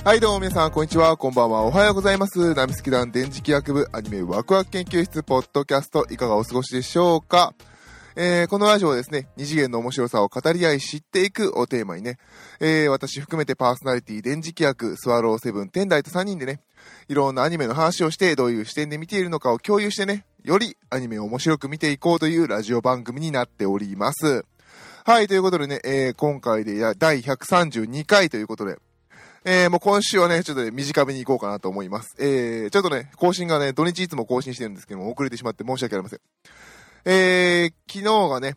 はいどうも皆さんこんにちは、こんばんは、おはようございます。ナミスケ団電磁気学部アニメワクワク研究室ポッドキャスト、いかがお過ごしでしょうか。このラジオはですね、二次元の面白さを語り合い知っていくをテーマにね、私含めてパーソナリティ電磁気学スワローセブン天台と3人でね、いろんなアニメの話をしてどういう視点で見ているのかを共有してね、よりアニメを面白く見ていこうというラジオ番組になっております。はい、ということでね、今回で第132回ということで、もう今週はね、ちょっとね、短めに行こうかなと思います。ちょっとね、更新がね、土日いつも更新してるんですけども、遅れてしまって申し訳ありません。昨日がね、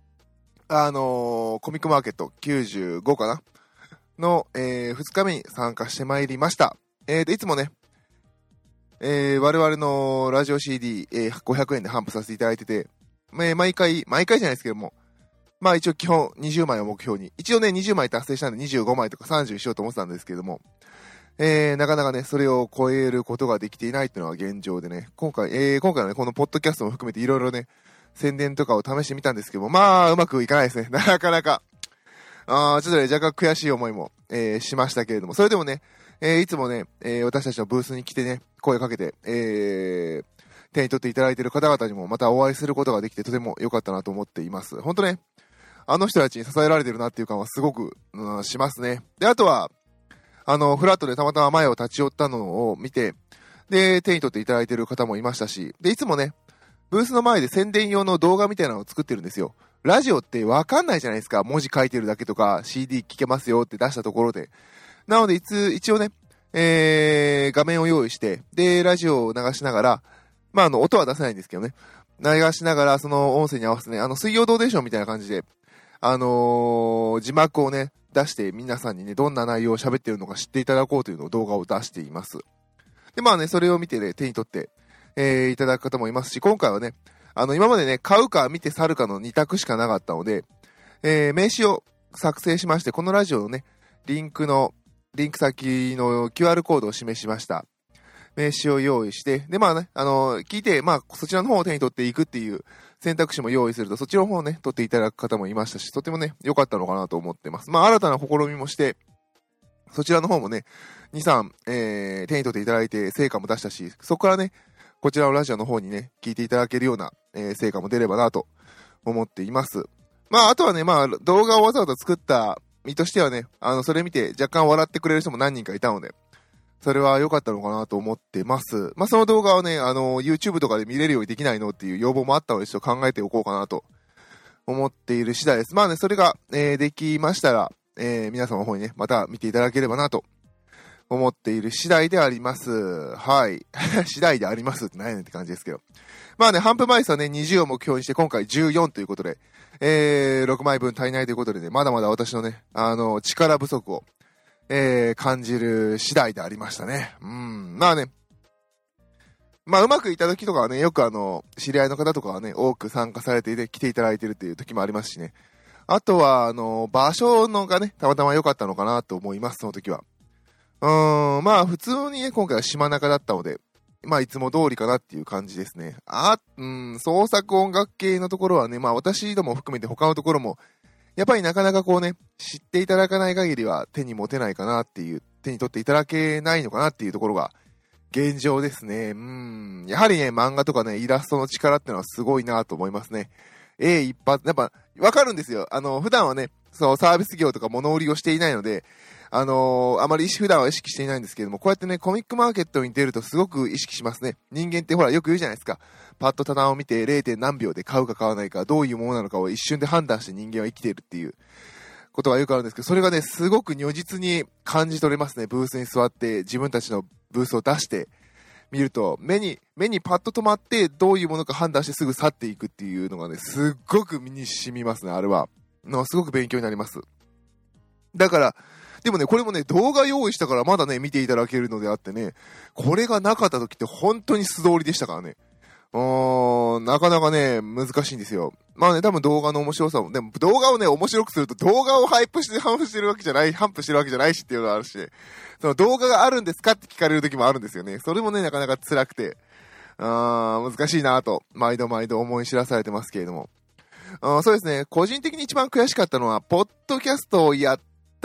コミックマーケット95かなの、2日目に参加してまいりました。で、いつもね、我々のラジオ CD、500円で販布させていただいてて、毎回じゃないですけども、まあ一応基本20枚を目標に、一応ね20枚達成したんで25枚とか30しようと思ってたんですけども、なかなかねそれを超えることができていないっていうのが現状でね、今回はねこのポッドキャストも含めていろいろね宣伝とかを試してみたんですけども、まあうまくいかないですね。なかなかちょっとね若干悔しい思いも、しましたけれども、それでもね、いつもね、私たちのブースに来てね声かけて、手に取っていただいている方々にもまたお会いすることができてとても良かったなと思っています。本当ね、あの人たちに支えられてるなっていう感はすごく、しますね。で、あとは、フラットでたまたま前を立ち寄ったのを見て、で、手に取っていただいてる方もいましたし、で、いつもね、ブースの前で宣伝用の動画みたいなのを作ってるんですよ。ラジオってわかんないじゃないですか。文字書いてるだけとか、CD 聞けますよって出したところで。なので、一応ね、画面を用意して、で、ラジオを流しながら、まあ、音は出せないんですけどね。流しながら、その音声に合わせてね、水曜どうでしょうみたいな感じで、字幕をね、出して皆さんにね、どんな内容を喋っているのか知っていただこうというのを動画を出しています。で、まあね、それを見てね、手に取って、いただく方もいますし、今回はね、今までね、買うか見て去るかの2択しかなかったので、名刺を作成しまして、このラジオのね、リンク先の QR コードを示しました。名刺を用意して、で、まあね、聞いて、まあ、そちらの方を手に取っていくっていう選択肢も用意すると、そっちの方をね、取っていただく方もいましたし、とてもね、良かったのかなと思ってます。まあ、新たな試みもして、そちらの方もね、2、3、手に取っていただいて、成果も出したし、そこからね、こちらのラジオの方にね、聞いていただけるような、成果も出ればなと思っています。まあ、あとはね、まあ、動画をわざわざ作った身としてはね、それ見て若干笑ってくれる人も何人かいたので、それは良かったのかなと思ってます。まあ、その動画はね、YouTube とかで見れるようにできないのっていう要望もあったので、ちょっと考えておこうかなと思っている次第です。まあね、それが、できましたら、皆様の方にね、また見ていただければなと思っている次第であります。はい。次第でありますって何やねんって感じですけど。まあね、頒布枚数はね、20を目標にして、今回14ということで、6枚分足りないということでね、まだまだ私のね、力不足を、感じる次第でありましたね。まあね、まあうまくいった時とかはね、よく知り合いの方とかはね、多く参加されていて、来ていただいているっていう時もありますしね。あとは、場所のがね、たまたま良かったのかなと思います、その時は。まあ普通にね、今回は島中だったので、まあいつも通りかなっていう感じですね。創作音楽系のところはね、まあ私ども含めて他のところも、やっぱりなかなかこうね、知っていただかない限りは手に持てないかなっていう、手に取っていただけないのかなっていうところが現状ですね。やはりね、漫画とかね、イラストの力ってのはすごいなと思いますね。一発、やっぱわかるんですよ。普段はね、そうサービス業とか物売りをしていないので、あまり普段は意識していないんですけども、こうやってね、コミックマーケットに出るとすごく意識しますね。人間ってほらよく言うじゃないですか。パッと棚を見て 0. 何秒で買うか買わないか、どういうものなのかを一瞬で判断して人間は生きているっていうことがよくあるんですけど、それがね、すごく如実に感じ取れますね。ブースに座って自分たちのブースを出して見ると、目にパッと止まってどういうものか判断してすぐ去っていくっていうのがね、すっごく身に染みますね、あれは。すごく勉強になります。だから、でもね、これもね、動画用意したからまだね、見ていただけるのであってね、これがなかった時って本当に素通りでしたからね。なかなかね、難しいんですよ。まあね、多分動画の面白さも、でも動画をね、面白くすると動画をハイプしてハンプしてるわけじゃないしっていうのがあるし、その動画があるんですかって聞かれる時もあるんですよね。それもね、なかなか辛くて、難しいなぁと、毎度思い知らされてますけれども。そうですね、個人的に一番悔しかったのは、ポッドキャストをやっ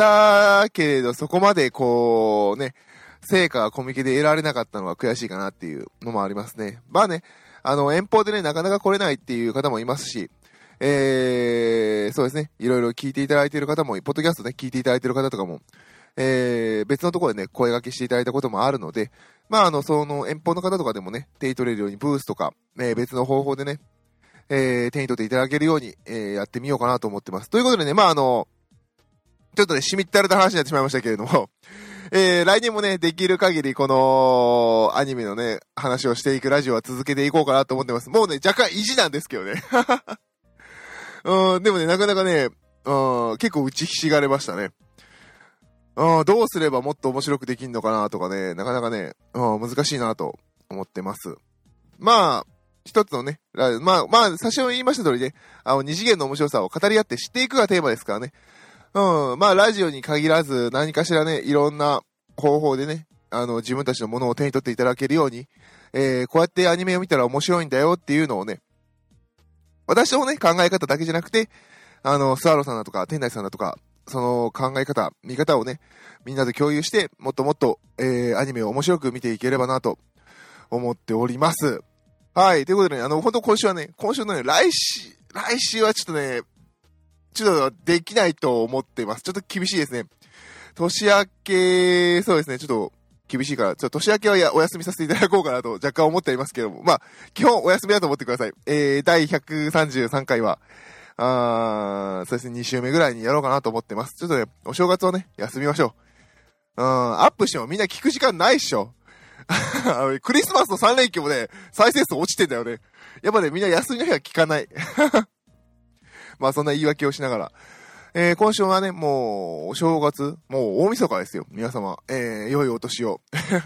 たけれど、そこまでこうね、成果がコミケで得られなかったのは悔しいかなっていうのもありますね。まあね、遠方でね、なかなか来れないっていう方もいますし、そうですね、いろいろ聞いていただいている方も、ポッドキャストね、聞いていただいている方とかも、別のところでね、声掛けしていただいたこともあるので、まあその遠方の方とかでもね、手に取れるようにブースとか、別の方法でね、手に取っていただけるように、やってみようかなと思ってます。ということでね、まあちょっとね、しみったれた話になってしまいましたけれども、来年もね、できる限りこのアニメのね、話をしていくラジオは続けていこうかなと思ってます。もうね、若干意地なんですけどね。でもね、なかなかね、結構打ちひしがれましたね。どうすればもっと面白くできんのかなとかね、なかなかね、難しいなと思ってます。まあ、一つのね、まあ、最初に言いました通りね、二次元の面白さを語り合って知っていくがテーマですからね。まあ、ラジオに限らず、何かしらね、いろんな方法でね、自分たちのものを手に取っていただけるように、こうやってアニメを見たら面白いんだよっていうのをね、私のね、考え方だけじゃなくて、スワローさんだとか、天台さんだとか、その考え方、見方をね、みんなで共有して、もっともっと、アニメを面白く見ていければなと思っております。はい、ということでね、本当今週のね、来週はちょっとね、ちょっとできないと思っています。ちょっと厳しいですね。年明け、そうですね、ちょっと厳しいから、ちょっと年明けはお休みさせていただこうかなと若干思っていますけども、まあ、基本お休みだと思ってください。第133回は、そうですね、2週目ぐらいにやろうかなと思ってます。ちょっとね、お正月をね、休みましょう。アップしてもみんな聞く時間ないっしょ。クリスマスの3連休もね、再生数落ちてんだよね。やっぱね、みんな休みの日は聞かない。まあそんな言い訳をしながら。今週はね、もう、お正月、もう大晦日ですよ。皆様、良いお年を。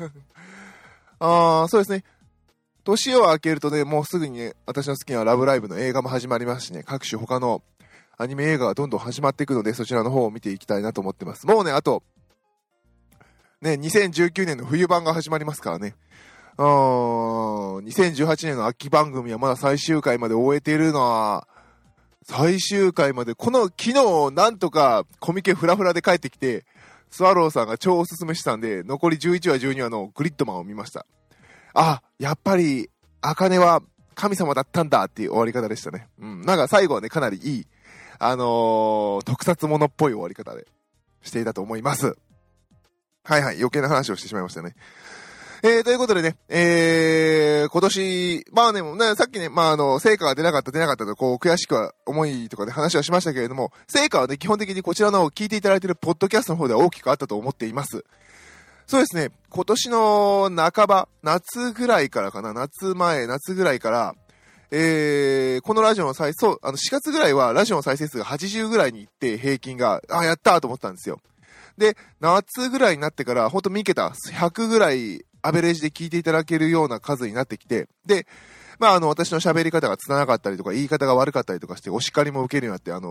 そうですね。年を明けるとね、もうすぐにね、私の好きなラブライブの映画も始まりますしね、各種他のアニメ映画がどんどん始まっていくので、そちらの方を見ていきたいなと思ってます。もうね、あと、ね、2019年の冬版が始まりますからね。2018年の秋番組はまだ最終回まで終えているのは、最終回まで、昨日なんとかコミケフラフラで帰ってきて、スワローさんが超おすすめしたんで、残り11話12話のグリッドマンを見ました。やっぱり、茜は神様だったんだっていう終わり方でしたね。なんか最後はね、かなりいい、特撮ものっぽい終わり方でしていたと思います。はいはい、余計な話をしてしまいましたね。ということでね、今年、まあね、さっきね、成果が出なかったと、こう、悔しくは思いとかで話はしましたけれども、成果はね、基本的にこちらの聞いていただいているポッドキャストの方では大きくあったと思っています。そうですね、今年の半ば、夏ぐらいからかな、夏ぐらいから、このラジオの4月ぐらいはラジオの再生数が80ぐらいに行って、平均が、やったーと思ったんですよ。で、夏ぐらいになってから、ほんと3桁、100ぐらい、アベレージで聞いていただけるような数になってきて、で、私の喋り方が拙かったりとか、言い方が悪かったりとかして、お叱りも受けるようになって、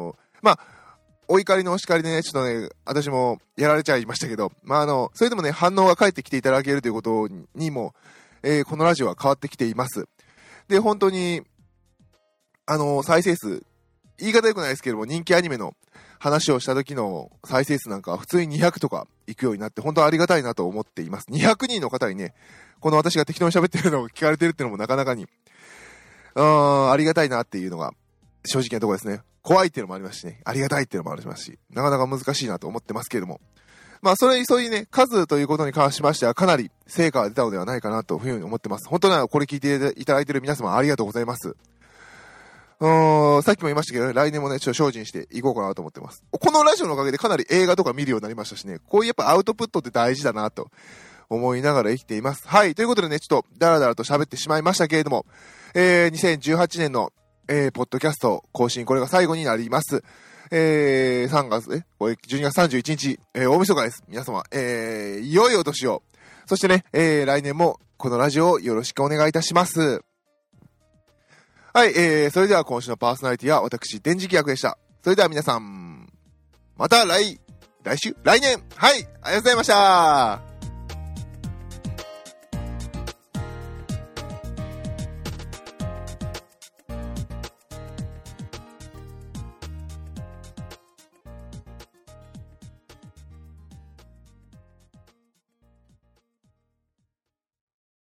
お怒りのお叱りでね、ちょっとね、私もやられちゃいましたけど、それでもね、反応が返ってきていただけるということにも、このラジオは変わってきています。で、本当に、再生数、言い方良くないですけども、人気アニメの話をした時の再生数なんかは普通に200とか行くようになって、本当にありがたいなと思っています。200人の方にね、この私が適当に喋ってるのを聞かれてるっていうのもなかなかに、ありがたいなっていうのが正直なところですね。怖いっていうのもありますしね、ありがたいっていうのもありますし、なかなか難しいなと思ってますけれども。そういうね、数ということに関しましてはかなり成果が出たのではないかなというふうに思ってます。本当にこれ聞いていただいている皆様ありがとうございます。さっきも言いましたけど、来年もね、ちょっと精進していこうかなと思ってます。このラジオのおかげでかなり映画とか見るようになりましたしね、こういうやっぱアウトプットって大事だなと思いながら生きています。はい、ということでね、ちょっとダラダラと喋ってしまいましたけれども、2018年の、ポッドキャスト更新、これが最後になります。12月31日、大晦日です。皆様、良いお年を。そしてね、来年もこのラジオをよろしくお願いいたします。はい、それでは今週のパーソナリティは私、電磁気役でした。それでは皆さん、また来年はい、ありがとうございました。